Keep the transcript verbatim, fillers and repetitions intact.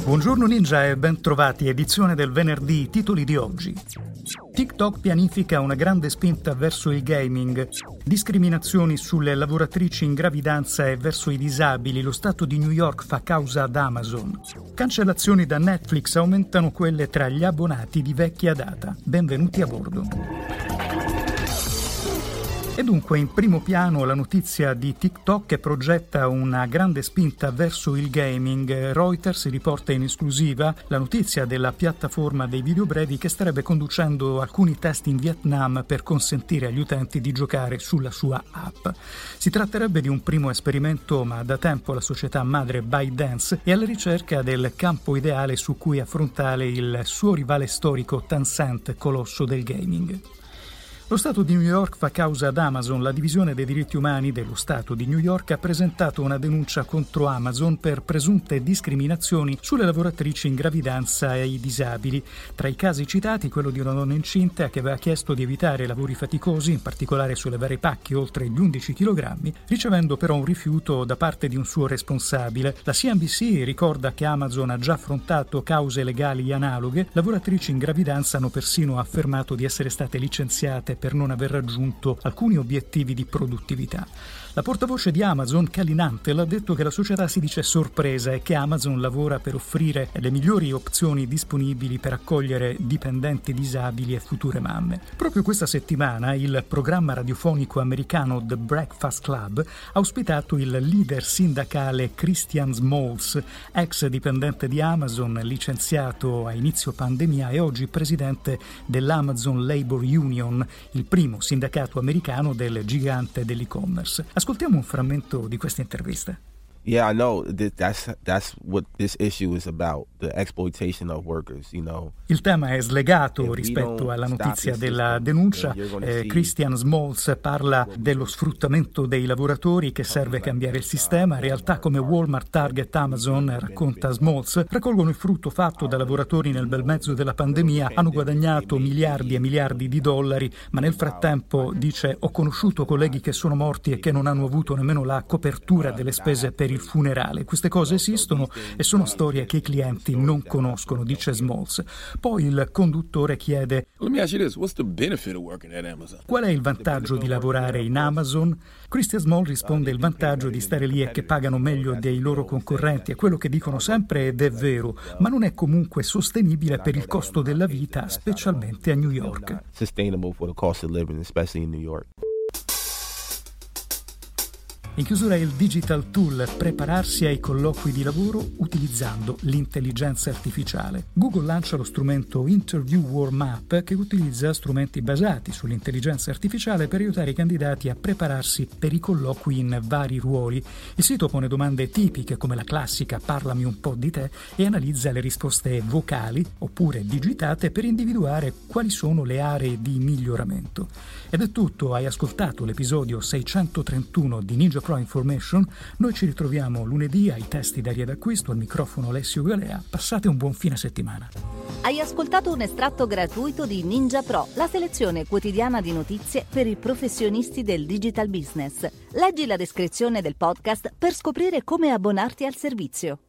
Buongiorno Ninja e ben trovati, edizione del venerdì, titoli di oggi. TikTok pianifica una grande spinta verso il gaming, discriminazioni sulle lavoratrici in gravidanza e verso i disabili, lo Stato di New York fa causa ad Amazon. Cancellazioni da Netflix, aumentano quelle tra gli abbonati di vecchia data. Benvenuti a bordo. E dunque in primo piano la notizia di TikTok che progetta una grande spinta verso il gaming. Reuters riporta in esclusiva la notizia della piattaforma dei video brevi che starebbe conducendo alcuni test in Vietnam per consentire agli utenti di giocare sulla sua app. Si tratterebbe di un primo esperimento, ma da tempo la società madre ByteDance è alla ricerca del campo ideale su cui affrontare il suo rivale storico Tencent, colosso del gaming. Lo Stato di New York fa causa ad Amazon. La divisione dei diritti umani dello Stato di New York ha presentato una denuncia contro Amazon per presunte discriminazioni sulle lavoratrici in gravidanza e i disabili. Tra i casi citati quello di una donna incinta che aveva chiesto di evitare lavori faticosi, in particolare sulle varie pacche oltre gli undici chilogrammi, ricevendo però un rifiuto da parte di un suo responsabile. La C N B C ricorda che Amazon ha già affrontato cause legali analoghe. Lavoratrici in gravidanza hanno persino affermato di essere state licenziate per non aver raggiunto alcuni obiettivi di produttività. La portavoce di Amazon, Kelly Nantel, ha detto che la società si dice sorpresa e che Amazon lavora per offrire le migliori opzioni disponibili per accogliere dipendenti disabili e future mamme. Proprio questa settimana il programma radiofonico americano The Breakfast Club ha ospitato il leader sindacale Christian Smalls, ex dipendente di Amazon, licenziato a inizio pandemia e oggi presidente dell'Amazon Labor Union, il primo sindacato americano del gigante dell'e-commerce. Ascoltiamo un frammento di questa intervista. Yeah, I know that that's that's what this issue is about, the exploitation of workers, you know. Il tema è slegato rispetto alla notizia della denuncia. Eh, Christian Smalls parla dello sfruttamento dei lavoratori che serve cambiare il sistema. Realtà come Walmart, Target, Amazon, racconta Smalls, raccolgono il frutto fatto da lavoratori nel bel mezzo della pandemia, hanno guadagnato miliardi e miliardi di dollari, ma nel frattempo, dice, ho conosciuto colleghi che sono morti e che non hanno avuto nemmeno la copertura delle spese per il funerale. Queste cose esistono e sono storie che i clienti non conoscono, dice Smalls. Poi il conduttore chiede: qual è il vantaggio di lavorare in Amazon? Christian Smalls risponde: il vantaggio di stare lì è che pagano meglio dei loro concorrenti, è quello che dicono sempre ed è vero, ma non è comunque sostenibile per il costo della vita, specialmente a New York. Sustainable for the cost of living, especially in New York. In chiusura il Digital Tool, prepararsi ai colloqui di lavoro utilizzando l'intelligenza artificiale. Google lancia lo strumento Interview Warm Up che utilizza strumenti basati sull'intelligenza artificiale per aiutare i candidati a prepararsi per i colloqui in vari ruoli. Il sito pone domande tipiche come la classica parlami un po' di te e analizza le risposte vocali oppure digitate per individuare quali sono le aree di miglioramento. Ed è tutto, hai ascoltato l'episodio seicentotrentuno di Ninja Pro Information. Noi ci ritroviamo lunedì ai testi d'aria d'acquisto, al microfono Alessio Galea. Passate un buon fine settimana. Hai ascoltato un estratto gratuito di Ninja Pro, la selezione quotidiana di notizie per i professionisti del digital business. Leggi la descrizione del podcast per scoprire come abbonarti al servizio.